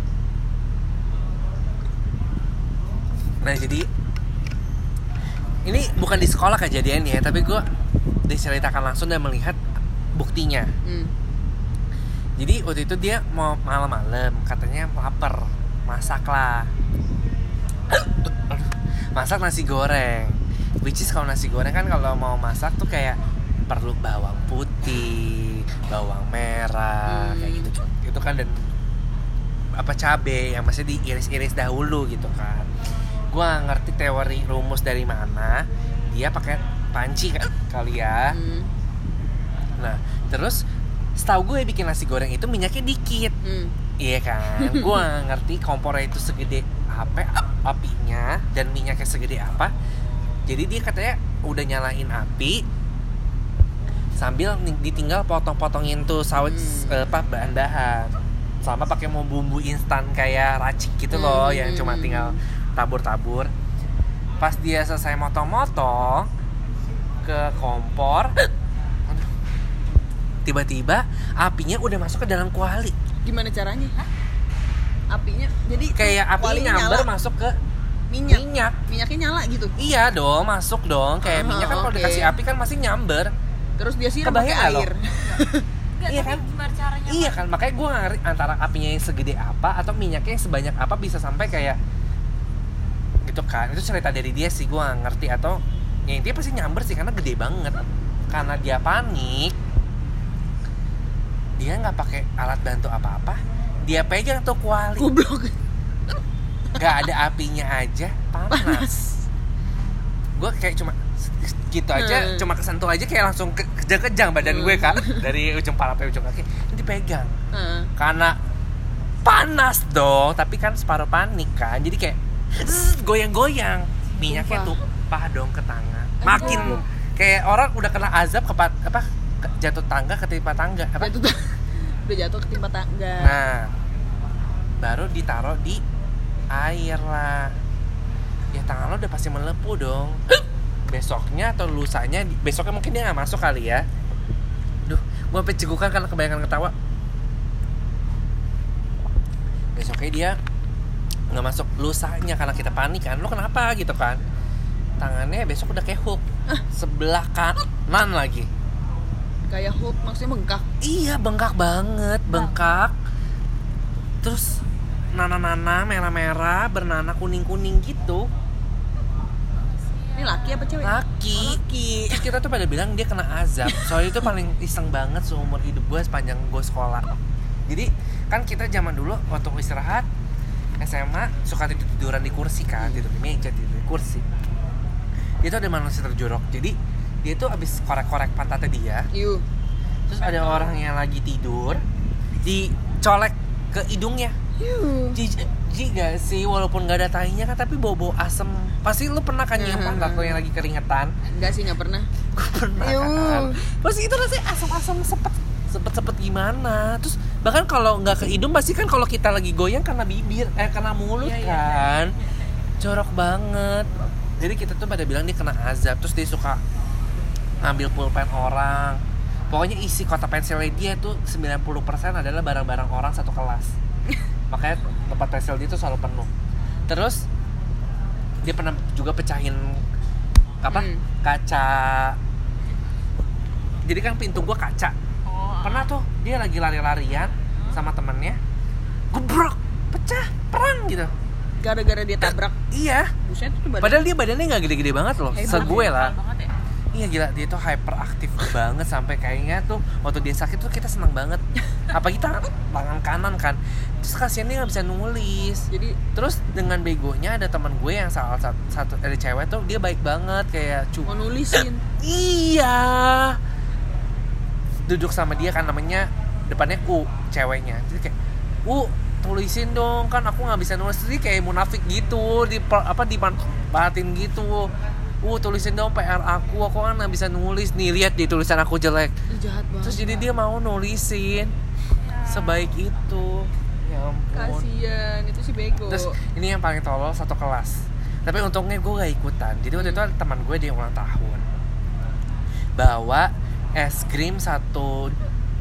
Nah, jadi ini bukan di sekolah kejadiannya, tapi gue diceritakan langsung dan melihat buktinya. Jadi waktu itu dia mau malam-malam, katanya lapar, masaklah. Masak nasi goreng. Which is kalau nasi goreng kan kalau mau masak tuh kayak perlu bawang putih, bawang merah, kayak gitu. Itu kan dan apa cabe yang masih diiris-iris dahulu gitu kan. Gua ngerti teori rumus dari mana. Dia pakai panci kan kali ya. Nah, terus setahu gue bikin nasi goreng itu minyaknya dikit. Iya kan, gue gak ngerti kompornya itu segede apa apinya dan minyaknya segede apa. Jadi dia katanya udah nyalain api sambil ditinggal potong-potongin tuh sawit bahan-bahan, sama pakai mau bumbu instan kayak racik gitu loh, yang cuma tinggal tabur-tabur. Pas dia selesai motong-motong ke kompor, tiba-tiba apinya udah masuk ke dalam kuali. Gimana caranya? Apinya jadi kayak api nyamber masuk ke minyak. Minyaknya nyala gitu. Iya dong, masuk dong. Kayak minyak kan kalau dikasih api kan masih nyamber. Terus dia siram pakai air. Iya kan? Gimana caranya? Iya kan, makanya gue nggak ngerti antara apinya yang segede apa atau minyaknya yang sebanyak apa bisa sampai kayak gitu kan. Itu cerita dari dia sih, gue nggak ngerti. Atau ya intinya pasti nyamber sih karena gede banget. Karena dia panik, dia nggak pakai alat bantu apa-apa, dia pegang tuh kuali. Goblok. Nggak ada apinya aja panas. Gue kayak cuma gitu aja, cuma kesentuh aja kayak langsung kejang-kejang badan gue kan, dari ujung kepala sampai ujung kaki. Ini dipegang karena panas dong, tapi kan separuh panik kan, jadi kayak goyang-goyang. Minyaknya tumpah dong ke tangan. Makin kayak orang udah kena azab jatuh tangga ketimpa tangga udah jatuh ketimpa tangga. Nah, baru ditaruh di air lah. Ya tangan lo udah pasti melepuh dong. Besoknya atau lusanya, besoknya mungkin dia nggak masuk kali ya. Duh, gue sampai cegukan karena kebanyakan ketawa. Besoknya dia nggak masuk, lusanya karena kita panik kan. Lo kenapa gitu kan? Tangannya besok udah kayak Hulk, sebelah kanan lagi. Kayak Hulk, maksudnya bengkak. Iya, bengkak banget, bengkak. Terus nana-nana merah-merah, bernanah kuning-kuning gitu. Ini laki apa cewek? Laki. Terus kita tuh pada bilang dia kena azab. Soalnya itu paling iseng banget seumur hidup gue sepanjang gue sekolah. Jadi kan kita zaman dulu waktu istirahat SMA suka tiduran di kursi kan, tidur di meja, tidur di kursi. Dia tuh ada manusia terjorok. Jadi dia tuh abis korek-korek pantatnya dia. Terus ada orang yang lagi tidur, dicolek ke hidungnya. Jijik gak sih, walaupun gak ada tahinya kan, tapi bau-bau asem. Pasti lu pernah kan nyium pantat lo yang lagi keringetan? Enggak sih, gak pernah. Gue pernah kan. Pasti itu rasanya asam-asam sepet gimana. Terus bahkan kalau gak ke hidung, pasti kan kalau kita lagi goyang karena bibir, karena mulut kan. Jorok banget. Jadi kita tuh pada bilang dia kena azab. Terus dia suka ngambil pulpen orang. Pokoknya isi kotak pensilnya dia tuh 90% adalah barang-barang orang satu kelas. Makanya tempat pensil dia tuh selalu penuh. Terus dia pernah juga pecahin kaca. Jadi kan pintu gua kaca. Pernah tuh dia lagi lari-larian sama temennya, gebrok, pecah, perang gitu. Gara-gara dia tabrak. Iya. Buset, itu padahal dia badannya nggak gede-gede banget loh, segue lah. Ya? Iya gila, dia tuh hyperaktif banget sampai kayaknya tuh waktu dia sakit tuh kita senang banget. Apa kita tangan kanan kan. Terus kasihan dia nggak bisa nulis. Jadi terus dengan begonya ada teman gue yang salah satu ada cewek tuh, dia baik banget kayak mau nulisin. Iya. Duduk sama dia kan, namanya depannya U ceweknya. Jadi kayak tulisin dong, kan aku nggak bisa nulis. Jadi kayak munafik gitu, dibatin gitu. Tulisin dong PR aku kan nggak bisa nulis nih, lihat di tulisan aku jelek. Jahat banget. Terus jadi dia mau nulisin sebaik itu. Ya ampun. Kasian, itu si bego. Terus ini yang paling tolol satu kelas. Tapi untungnya gue gak ikutan. Jadi waktu itu teman gue dia ulang tahun, bawa es krim satu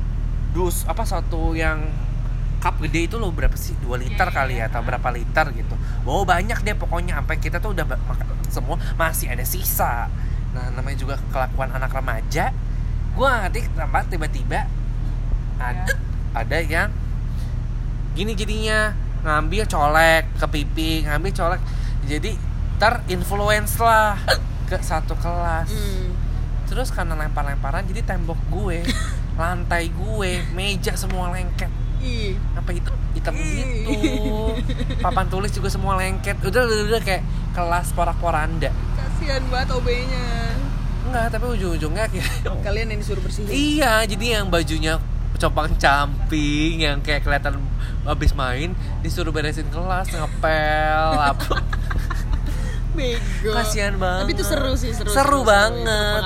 yang cup gede itu loh, berapa sih, 2 liter kali ya, atau berapa liter gitu. Wow, banyak deh pokoknya, sampai kita tuh udah makan semua, masih ada sisa. Nah, namanya juga kelakuan anak remaja. Gue gak ngerti kenapa tiba-tiba ada yang gini jadinya, ngambil colek ke pipi, ngambil colek, jadi terinfluence lah ke satu kelas. Terus karena lempar-lemparan, jadi tembok gue, lantai gue, meja semua lengket. Apa itu hitam gitu, papan tulis juga semua lengket. Udah kayak kelas porak-poranda. Kasian banget OB-nya. Enggak, tapi ujung-ujungnya kayak kalian yang disuruh bersihin. Iya, jadi yang bajunya compang-camping yang kayak kelihatan habis main disuruh beresin kelas, ngepel apa. Bego. Kasian banget. Tapi itu seru sih, seru banget.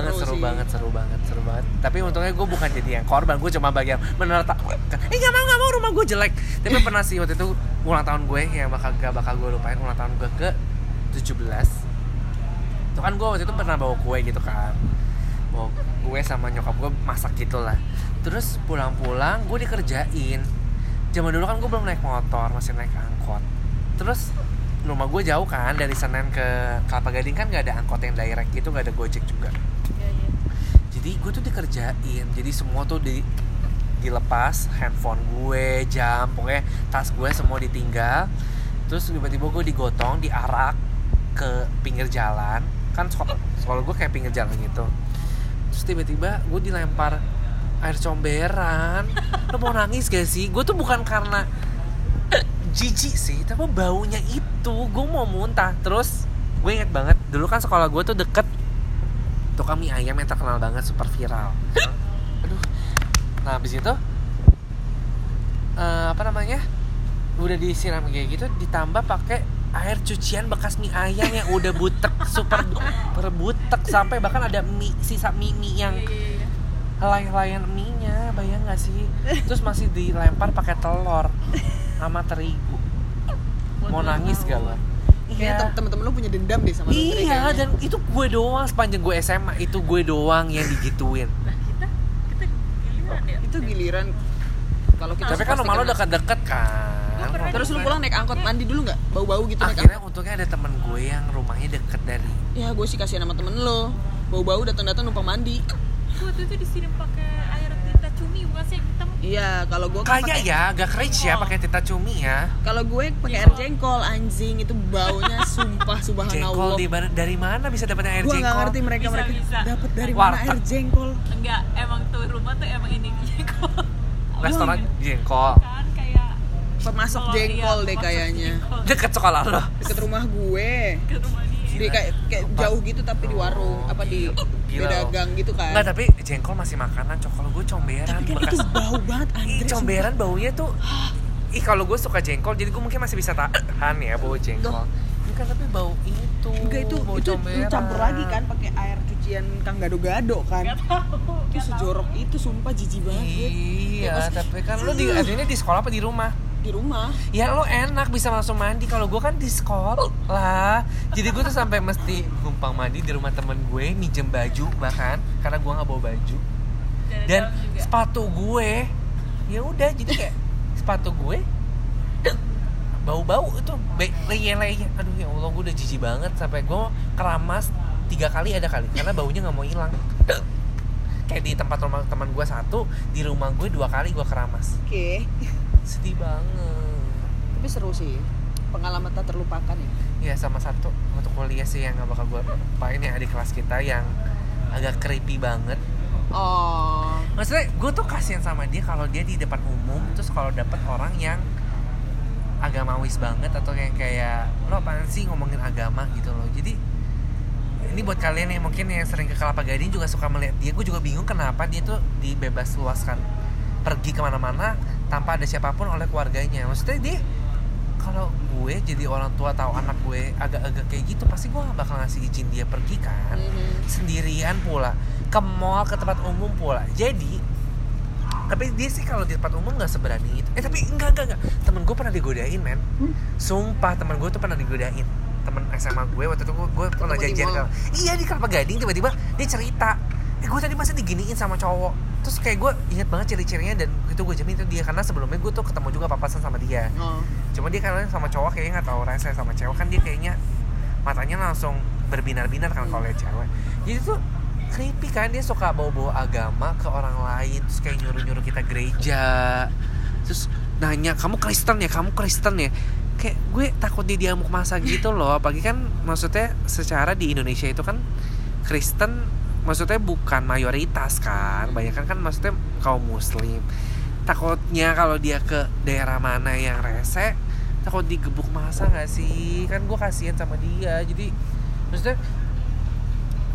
Tapi untungnya gue bukan jadi yang korban, gue cuma bagian menerta. Nggak mau rumah gue jelek. Tapi pernah sih waktu itu ulang tahun gue yang gak bakal gue lupain, ulang tahun gue ke 17. Itu kan gue waktu itu pernah bawa kue gitu kan. Bawa kue sama nyokap gue masak gitu lah. Terus pulang-pulang gue dikerjain. Zaman dulu kan gue belum naik motor, masih naik angkot. Terus rumah gue jauh kan, dari Senen ke Kelapa Gading kan gak ada angkot yang direct gitu, gak ada Gojek juga. Jadi gue tuh dikerjain, jadi semua tuh dilepas, handphone gue, jam, pokoknya tas gue semua ditinggal. Terus tiba-tiba gue digotong, diarak ke pinggir jalan, kan sekolah gue kayak pinggir jalan gitu. Terus tiba-tiba gue dilempar air comberan. Lo mau nangis gak sih? Gue tuh bukan karena jijik sih, tapi baunya itu gue mau muntah. Terus gue inget banget dulu kan sekolah gue tuh deket tukang mie ayam yang terkenal banget, super viral. Aduh. Nah abis itu udah disiram kayak gitu, ditambah pakai air cucian bekas mie ayam yang udah butek, super butek, sampai bahkan ada sisa mie yang helai-helaian mie-nya, bayang gak sih? Terus masih dilempar pakai telur sama terigu. Mau nangis gak lo? Iya, temen-temen lo punya dendam deh sama lo. Iya, dan itu gue doang sepanjang gue SMA, itu gue doang yang digituin. Nah, kita giliran ya. Itu giliran kalau kita. Tapi kan rumah lo dekat-dekat kan. Terus lu pulang naik angkot, mandi dulu nggak? Bau-bau gitu. Akhirnya untungnya ada temen gue yang rumahnya deket dari. Ya gue sih kasihan sama temen lo. Bau-bau datang-datang numpang mandi. Waktu itu disiram pakai air tinta cumi bukan sih yang hitam? Iya, kalau gue kayak ya agak cringe ya pakai tinta cumi ya. Kalau gue pakai air jengkol, anjing itu baunya sumpah subhanallah. Jengkol dari mana bisa dapatnya air jengkol? Gue nggak ngerti mereka dapat dari mana Warteg. air jengkol. Enggak, emang tuh rumah tuh emang ini jengkol. Restoran jengkol. Kan kayak pemasok jengkol deh kayaknya. Dekat sekolah lo. Deket rumah gue. Ke rumah dia. Di kayak jauh gitu tapi di warung apa di beda gang gitu kan. Enggak, tapi jengkol masih makanan, kalau gue comberan. Tapi kan itu bau banget Andre. Comberan baunya tuh. Kalau gue suka jengkol, jadi gue mungkin masih bisa tahan ya bau jengkol. Bukan, tapi bau itu. Enggak, itu comberan. campur lagi kan pakai air cucian Kang Gado-gado kan. Gak tahu. Itu sejorok itu sumpah jijik banget. Iya, tapi kan lu ini di sekolah apa di rumah? Di rumah. Ya lo enak bisa langsung mandi. Kalau gue kan di sekolah, jadi gue tuh sampai mesti numpang mandi di rumah temen gue, minjem baju bahkan karena gue nggak bawa baju. Dan sepatu gue, ya udah jadi kayak sepatu gue bau-bau itu leye-leye. Aduh ya Allah, gue udah jijik banget sampai gue keramas 3 kali karena baunya nggak mau hilang. Kayak di tempat rumah teman gue 1, di rumah gue 2 kali gue keramas. Oke. Sedih banget. Tapi seru sih, pengalaman tak terlupakan ya. Iya, sama satu untuk kuliah sih yang gak bakal gue lupain ya, adik kelas kita yang agak creepy banget. Oh. Maksudnya gue tuh kasihan sama dia kalau dia di depan umum, terus kalau dapet orang yang agamawis banget atau yang kayak lo apaan sih ngomongin agama gitu loh. Jadi ini buat kalian yang mungkin yang sering ke Kelapa Gading juga suka melihat dia, gue juga bingung kenapa dia tuh dibebas luaskan pergi kemana-mana tanpa ada siapapun oleh keluarganya. Maksudnya dia, kalau gue jadi orang tua tahu anak gue agak-agak kayak gitu, pasti gue gak bakal ngasih izin dia pergi kan. Sendirian pula, ke mall, ke tempat umum pula. Jadi tapi dia sih kalau di tempat umum gak seberani itu. Tapi enggak temen gue pernah digodain men. Sumpah temen gue tuh pernah digodain. Temen SMA gue waktu itu gue pernah janjian iya di Kelapa Gading, tiba-tiba dia cerita, gue tadi masa diginiin sama cowok. Terus kayak gue inget banget ciri-cirinya, dan itu gue jamin itu dia, karena sebelumnya gue tuh ketemu juga papasan sama dia. Cuma dia karena sama cowok kayaknya nggak tahu rasa, sama cewek kan dia kayaknya matanya langsung berbinar-binar kan kalau lihat cewek. Jadi tuh creepy kan, dia suka bawa-bawa agama ke orang lain, terus kayak nyuruh-nyuruh kita gereja, terus nanya kamu Kristen ya. Kayak gue takut dia diamuk masa gitu loh. Apalagi kan maksudnya secara di Indonesia itu kan Kristen maksudnya bukan mayoritas kan, banyak kan maksudnya kaum muslim. Takutnya kalau dia ke daerah mana yang rese, takut digebuk masa nggak sih? Kan gue kasihan sama dia. Jadi maksudnya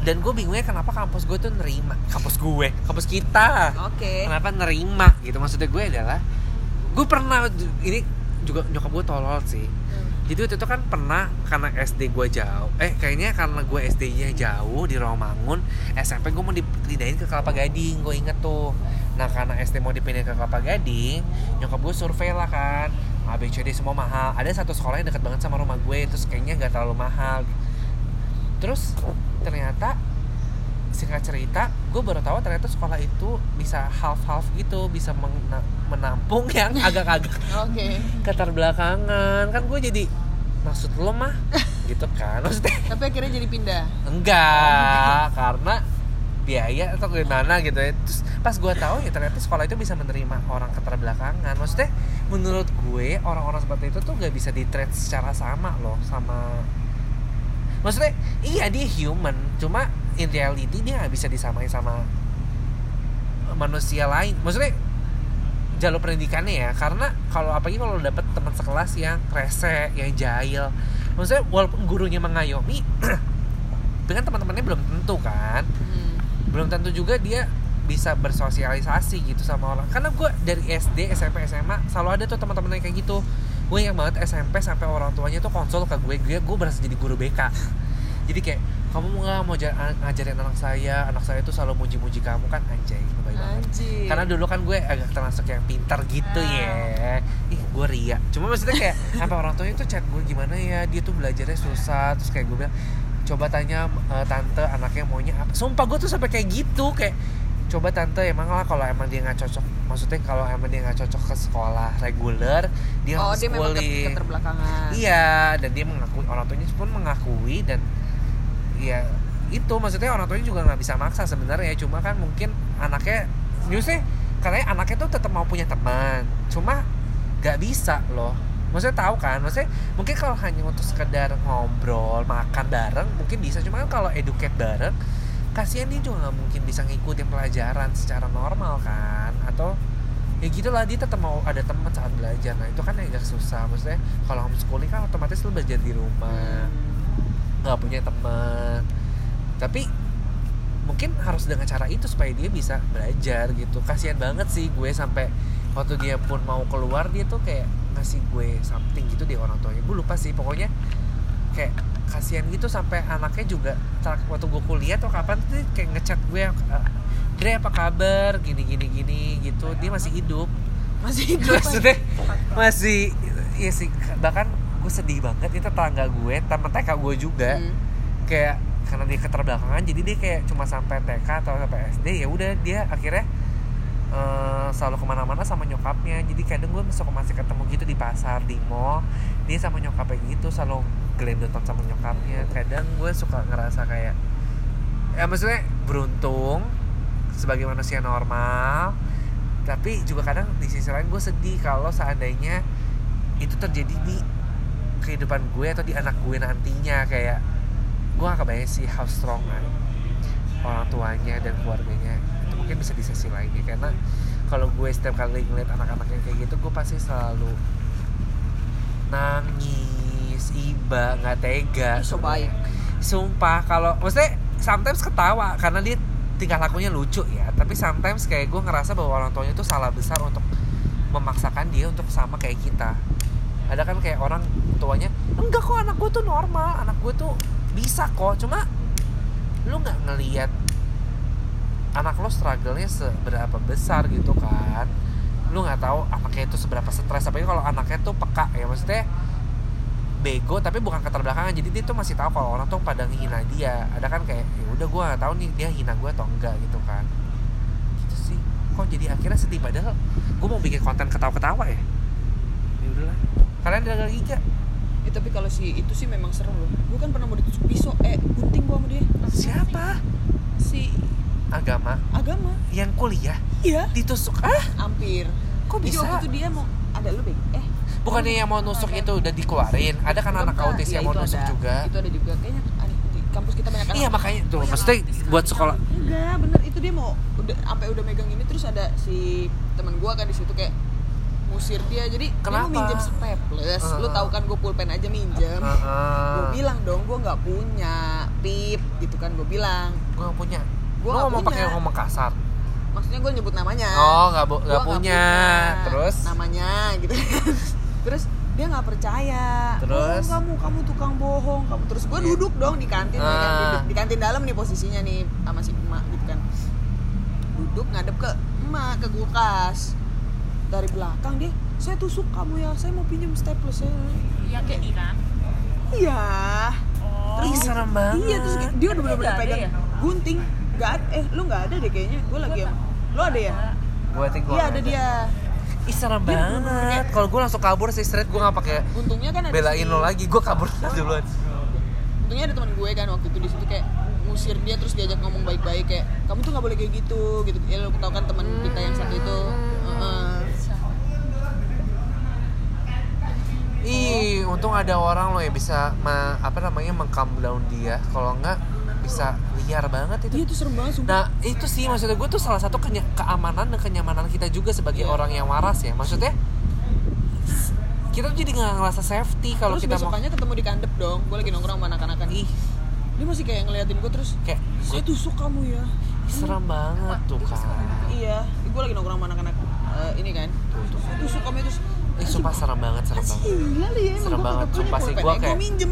Dan gue bingungnya kenapa kampus gue tuh nerima, kampus kita. Kenapa nerima gitu. Maksudnya gue adalah, gue pernah, ini juga nyokap gue tolol sih. Jadi waktu itu kan pernah, karena SD gue jauh, kayaknya karena gue SD-nya jauh di Rawamangun, SMP gue mau dipindahin ke Kelapa Gading, gue inget tuh. Nah karena SD mau dipindahin ke Kelapa Gading, nyokap gue survei lah kan, ABCD semua mahal. Ada satu sekolah yang dekat banget sama rumah gue, terus kayaknya gak terlalu mahal. Terus ternyata singkat cerita, gue baru tahu ternyata sekolah itu bisa half-half gitu, bisa menampung yang agak-agak keterbelakangan. Kan gue jadi, maksud lo mah gitu kan, maksudnya. Tapi akhirnya jadi pindah? Enggak, karena biaya atau gimana gitu ya. Terus pas gue tahu ya ternyata sekolah itu bisa menerima orang keterbelakangan. Maksudnya menurut gue orang-orang seperti itu tuh gak bisa di-treat secara sama loh sama, maksudnya iya dia human, cuma in reality dia gak bisa disamain sama manusia lain. Maksudnya jalur pendidikannya ya, karena kalau apalagi kalau dapet teman sekelas yang rese, yang jahil, maksudnya walaupun gurunya mengayomi dengan teman-temannya belum tentu kan, belum tentu juga dia bisa bersosialisasi gitu sama orang. Karena gue dari SD, SMP, SMA selalu ada tuh teman-teman yang kayak gitu. Gue yang banget SMP sampai orang tuanya tuh konsul ke gue berasa jadi guru BK. Jadi kayak, kamu nggak mau ngajarin anak saya tuh selalu muji-muji kamu kan, anjay, lebay banget. Karena dulu kan gue agak termasuk yang pintar gitu ya. Gue ria. Cuma maksudnya kayak sampai orang tuanya tuh chat gue, gimana ya dia tuh belajarnya susah. Terus kayak gue bilang, coba tanya tante anaknya maunya apa. Sumpah gue tuh sampai kayak gitu, kayak coba tante emang lah kalau emang dia nggak cocok, maksudnya kalau emang dia nggak cocok ke sekolah reguler, dia harus dia memang keterbelakangan. Iya, dan dia mengakui, orang tuanya pun mengakui, dan ya itu maksudnya orang tuanya juga nggak bisa maksa sebenarnya. Cuma kan mungkin anaknya, justru katanya anaknya tuh tetap mau punya teman, cuma nggak bisa loh. Maksudnya tahu kan, maksudnya mungkin kalau hanya untuk sekedar ngobrol, makan bareng mungkin bisa, cuma kan kalau educate bareng, kasihan dia juga nggak mungkin bisa ngikutin pelajaran secara normal kan, atau ya gitulah, dia tetap mau ada teman saat belajar. Nah itu kan agak susah. Maksudnya kalau homeschooling kan otomatis lu belajar di rumah, nggak punya teman. Tapi mungkin harus dengan cara itu supaya dia bisa belajar gitu. Kasihan banget sih gue, sampai waktu dia pun mau keluar dia tuh kayak ngasih gue something gitu di orang tuanya. Gue lupa sih, pokoknya kayak kasihan gitu. Sampai anaknya juga waktu gue kuliah atau kapan tuh kayak ngechat gue, Dre apa kabar, gini gitu. Dia masih hidup maksudnya masih, ya sih. Bahkan gue sedih banget, itu tetangga gue, temen TK gue juga, kayak karena dia keterbelakangan jadi dia kayak cuma sampai TK atau sampai SD, ya udah dia akhirnya selalu kemana-mana sama nyokapnya. Jadi kadang gue masih ketemu gitu di pasar, di mall, dia sama nyokapnya gitu, selalu gelendotan sama nyokapnya. Kadang gue suka ngerasa kayak, ya maksudnya beruntung sebagai manusia normal, tapi juga kadang di sisi lain gue sedih kalau seandainya itu terjadi di kehidupan gue atau di anak gue nantinya. Kayak gue gak kebayang sih how strong orang tuanya dan keluarganya. Itu mungkin bisa di sisi lainnya, karena kalau gue setiap kali ngeliat anak-anak yang kayak gitu, gue pasti selalu nangis, iba, gak tega. So baik. Sumpah, kalau maksudnya sometimes ketawa karena dia tingkah lakunya lucu ya, tapi sometimes kayak gue ngerasa bahwa orang tuanya itu salah besar untuk memaksakan dia untuk sama kayak kita. Ada kan kayak orang tuanya, enggak kok anak gue tuh normal, anak gue tuh bisa kok, cuma lu nggak ngelihat anak lo struggle-nya seberapa besar gitu kan. Lu nggak tahu anaknya itu seberapa stres, apalagi kalau anaknya tuh peka ya, maksudnya bego tapi bukan keterbelakangan. Jadi dia tuh masih tahu kalau orang tuh pada ngehina dia. Ada kan kayak, ya udah gue nggak tahu nih dia hina gue atau enggak gitu kan. Gitu sih. Kok jadi akhirnya sedih, padahal gue mau bikin konten ketawa-ketawa ya. Ya udahlah. Kalian ada lagi gak? Tapi kalau si itu sih memang serem loh. Gue kan pernah mau ditusuk pisau, gunting gue sama dia. Siapa? Si Agama. Yang kuliah? Iya. Ditusuk? Hampir. Kok bisa? Jadi waktu itu dia mau, ada lu Beng? Bukannya yang mau nusuk itu udah dikeluarin? Ada kan anak autis yang mau nusuk juga? Itu ada juga, kayaknya di kampus kita banyak anak. Iya makanya tuh, maksudnya buat sekolah. Enggak, bener itu dia mau udah sampai udah megang ini, terus ada si teman gue kan di situ kayak ngusir dia. Jadi kenapa? Dia mau minjem staples. Lu tahu kan gue pulpen aja minjem. Gue bilang dong gue nggak punya, Pip, gitu kan gue bilang. Gue nggak punya. Gue nggak mau pakai ngomong kasar. Maksudnya gue nyebut namanya. Oh, nggak punya. Terus namanya gitu. Terus dia nggak percaya. Terus kamu tukang bohong. Terus gue duduk dong di kantin, di kantin dalam nih posisinya nih sama si emak gitu kan. Duduk ngadep ke emak, ke kulkas. Dari belakang dia, saya tusuk kamu ya, saya mau pinjam staples saya. Yang kayak ini kan? Iya. Terus serem banget. Iya, terus dia udah bener-bener pegang gunting. Lu nggak ada deh kayaknya. Gue lagi lu ada ya? Iya ada dia. Ih serem banget. Kalau gue langsung kabur sih straight, gue nggak pakai. Untungnya kan ada belain lo lagi, gue kabur duluan. Untungnya ada teman gue kan waktu itu di situ kayak ngusir dia, terus diajak ngomong baik-baik kayak kamu tuh nggak boleh kayak gitu. Ya lo tau kan teman kita yang satu itu. Ih, untung ada orang loh yang bisa meng-calm down dia. Kalau enggak bisa liar banget itu. Iya, itu serem banget sumpah. Nah, itu sih maksudnya gue tuh salah satu keamanan dan kenyamanan kita juga sebagai orang yang waras ya. Maksudnya kita tuh jadi nggak ngerasa safety kalau kita mau. Besokannya ketemu di kandep dong. Gue lagi nongkrong sama anak-anak. Ih, dia masih kayak ngeliatin gue terus kayak saya tusuk kamu ya. Serem banget tuh kan. Iya, gue lagi nongkrong sama anak-anak ini kan. Saya tusuk kamu terus. Sumpah serem banget. Gila lu ya, serem banget. Sumpah sih gue kayak minjem.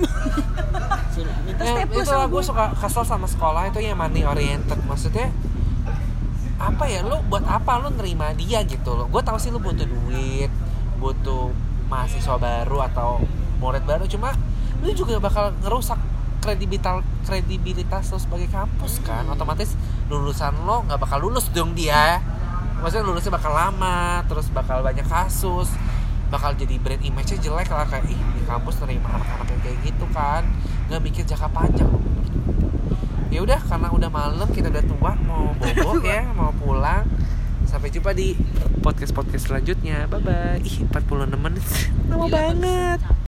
itu lah gue suka kesel sama sekolah itu yang money oriented. Maksudnya apa ya, lu buat apa lu nerima dia gitu loh. Gue tahu sih lu butuh duit, butuh mahasiswa baru atau murid baru, cuma lu juga bakal ngerusak kredibilitas lo sebagai kampus kan. Otomatis lulusan lo nggak bakal lulus dong dia. Maksudnya lulusnya bakal lama, terus bakal banyak kasus, bakal jadi brand image-nya jelek lah, kayak di kampus nerima anak-anak yang kayak gitu kan, nggak mikir jangka panjang. Ya udah, karena udah malam, kita udah tua, mau bobo ya, mau pulang. Sampai jumpa di podcast selanjutnya. Bye bye. 46 menit lama banget.